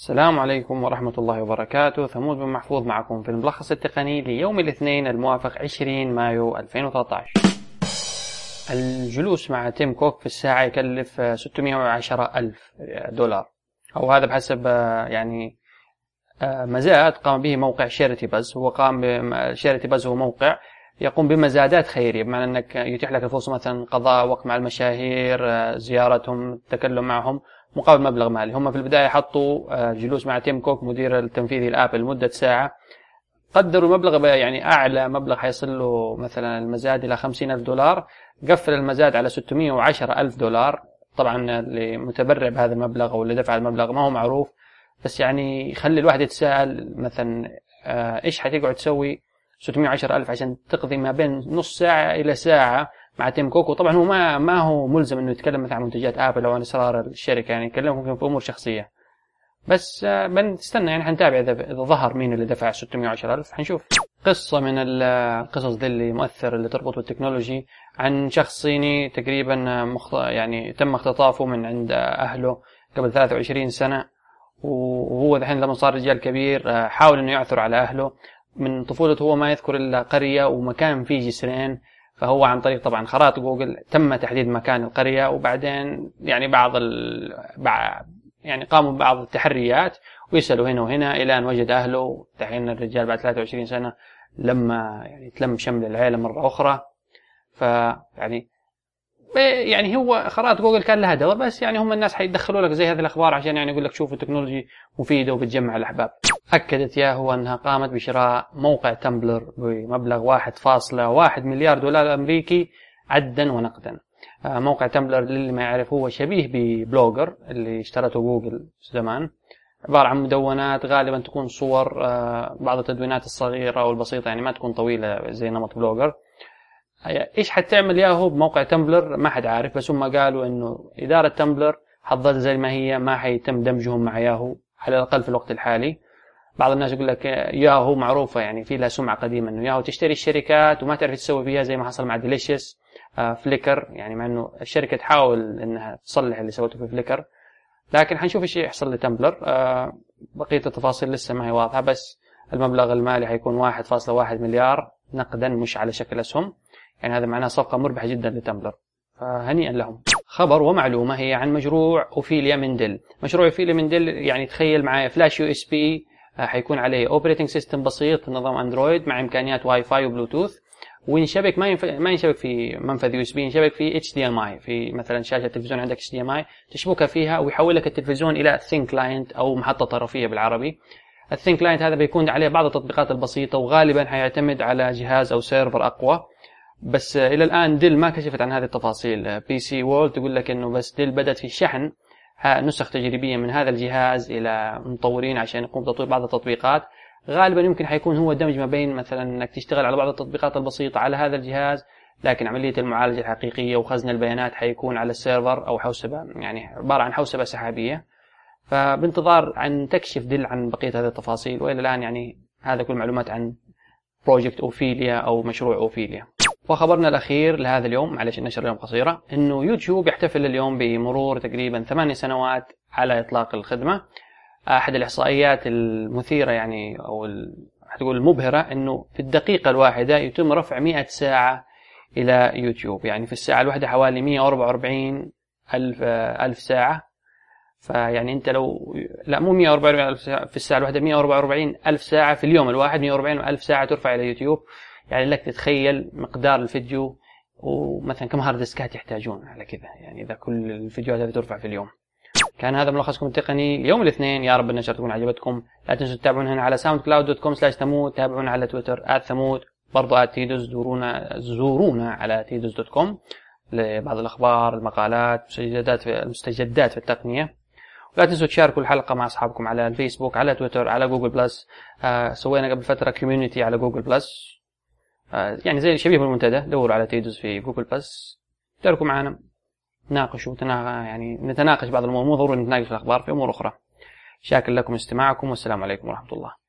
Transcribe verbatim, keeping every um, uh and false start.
السلام عليكم ورحمة الله وبركاته. ثمود بن محفوظ معكم في الملخص التقني ليوم الاثنين الموافق عشرين مايو ألفين وثلاثة عشر. الجلوس مع تيم كوك في الساعة يكلف ستمائة وعشرة ألف دولار، أو هذا بحسب يعني مزاد قام به موقع شيرتي بز. هو قام بشيرتي بز هو موقع يقوم بمزادات خيرية، بمعنى أنك يتيح لك الفرصة مثلا قضاء وقت مع المشاهير، زيارتهم، التكلم معهم مقابل مبلغ مالي. هم في البداية حطوا جلوس مع تيم كوك مدير التنفيذي لآبل لمدة ساعة، قدروا المبلغ يعني أعلى مبلغ حيصل له مثلا المزاد إلى خمسين ألف دولار، قفل المزاد على ستمائة وعشرة ألف دولار. طبعا اللي متبرع بهذا المبلغ أو اللي دفع المبلغ ما هو معروف، بس يعني يخلي الواحد يتساءل مثلا إيش حتقعد تسوي ستمائة وعشرة ألف عشان تقضي ما بين نص ساعة إلى ساعة مع تيم كوك. وطبعا هو ما ما هو ملزم انه يتكلم مثلا عن منتجات ابل او عن اسرار الشركه، يعني يكلمكم في امور شخصيه بس. بنستنى يعني حنتابع اذا اذا ظهر مين اللي دفع ستمائة وعشرة ألف، حنشوف. قصه من القصص دي اللي مؤثر اللي تربط بالتكنولوجي، عن شخص صيني تقريبا مخط... يعني تم اختطافه من عند اهله قبل ثلاثة وعشرين سنه، وهو الحين لما صار رجال كبير حاول انه يعثر على اهله. من طفولته هو ما يذكر الا قريه ومكان فيه جسرين، فهو عن طريق طبعا خرائط جوجل تم تحديد مكان القرية، وبعدين يعني بعض ال... يعني قاموا ببعض التحريات ويسألوا هنا وهنا إلى أن وجد أهله. تحين الرجال بعد ثلاثة وعشرين سنة لما يعني تلم شمل العائلة مرة أخرى. فيعني يعني هو خرائط جوجل كان لها دور، بس يعني هم الناس حيدخلوا لك زي هذه الأخبار عشان يعني يقول لك شوفوا التكنولوجي مفيدة وبتجمع الأحباب. أكدت ياهو أنها قامت بشراء موقع تمبلر بمبلغ واحد فاصلة واحد مليار دولار أمريكي عدا ونقدا. موقع تمبلر للي ما يعرف هو شبيه ببلوجر اللي اشترته جوجل زمان، عبارة عن مدونات غالبا تكون صور، بعض التدوينات الصغيرة والبسيطة، يعني ما تكون طويلة زي نمط بلوجر. ايش حتعمل ياهو بموقع تمبلر ما حد عارف، بس هم قالوا انه إدارة تمبلر حظت زي ما هي، ما حيتم دمجهم مع ياهو على الأقل في الوقت الحالي. بعض الناس يقول لك ياهو معروفة يعني في لها سمعة قديمة انه ياهو تشتري الشركات وما تعرف تسوي فيها، زي ما حصل مع ديليشيس، آه فليكر، يعني مع انه الشركة تحاول انها تصلح اللي سوته في فليكر. لكن حنشوف ايش يحصل لتمبلر. آه بقية التفاصيل لسه ما هي واضحة، بس المبلغ المالي حيكون واحد فاصلة واحد مليار نقدا مش على شكل اسهم، يعني هذا معناه صفقة مربحة جدا لتمبلر، فهنيئا لهم. خبر ومعلومة هي عن مشروع أوفيليا من ديل. مشروع أوفيليا من ديل يعني تخيل معي فلاش يو اس بي، حيكون عليه اوبريتنج سيستم بسيط نظام اندرويد مع امكانيات واي فاي وبلوتوث، وينشبك ما ينف... ما ينشبك في منفذ يو اس بي، ينشبك في اتش دي ام اي، في مثلا شاشه التلفزيون عندك اتش دي ام اي تشبكها فيها ويحول لك التلفزيون الى ثين كلاينت او محطه طرفيه بالعربي. الثين كلاينت هذا بيكون عليه بعض التطبيقات البسيطه، وغالبا حيعتمد على جهاز او سيرفر اقوى. بس الى الان ديل ما كشفت عن هذه التفاصيل. بي سي وورلد تقول لك انه بس ديل بدات في الشحن نسخ تجريبية من هذا الجهاز إلى مطورين عشان يقوم بتطوير بعض التطبيقات. غالبا يمكن حيكون هو دمج ما بين مثلا أنك تشتغل على بعض التطبيقات البسيطة على هذا الجهاز، لكن عملية المعالجة الحقيقية وخزن البيانات حيكون على السيرفر أو حوسبة، يعني عبارة عن حوسبة سحابية. فبانتظار أن تكشف ديل عن بقية هذه التفاصيل. وإلى الآن يعني هذا كل معلومات عن بروجكت أوفيليا أو مشروع أوفيليا. وخبرنا الأخير لهذا اليوم، معلش النشر اليوم قصيرة، إنه يوتيوب يحتفل اليوم بمرور تقريبا ثمانية سنوات على إطلاق الخدمة. أحد الإحصائيات المثيرة يعني أو هتقول المبهرة إنه في الدقيقة الواحدة يتم رفع مئة ساعة إلى يوتيوب، يعني في الساعة الواحدة حوالي مئة وأربعة وأربعين ألف ألف ساعة. فيعني أنت لو لا مو مئة وأربعة وأربعين ألف ساعة في الساعة الواحدة، مئة وأربعة وأربعين ألف ساعة في اليوم الواحد، مئة وأربعين ألف ساعة ترفع إلى يوتيوب. يعني لك تتخيل مقدار الفيديو ومثلا كم هارد ديسكات يحتاجون على كذا، يعني إذا كل الفيديوهات هذه ترفع في اليوم. كان هذا ملخصكم التقني اليوم الاثنين، يا رب النشر تكون عجبتكم. لا تنسوا تتابعونا هنا على ساوند كلاود دوت كوم سلاش ثمود، تابعونا على تويتر آت ثمود، برضو آت تيدوز، زورونا زورونا على تيدوز دوت كوم لبعض الأخبار، المقالات، المستجدات في المستجدات في التقنية. ولا تنسوا تشاركوا الحلقة مع أصحابكم على الفيسبوك، على تويتر، على جوجل بلس. آه سوينا قبل فترة كوميونيتي على جوجل بلس، آه يعني زي شبيه بالمنتدى، دوروا على تيدوز في جوجل بلس، اشتركوا معنا، ناقشوا تنا... يعني نتناقش بعض الأمور، مو ضروري نتناقش في الأخبار، في أمور أخرى. شاكر لكم استماعكم، والسلام عليكم ورحمة الله.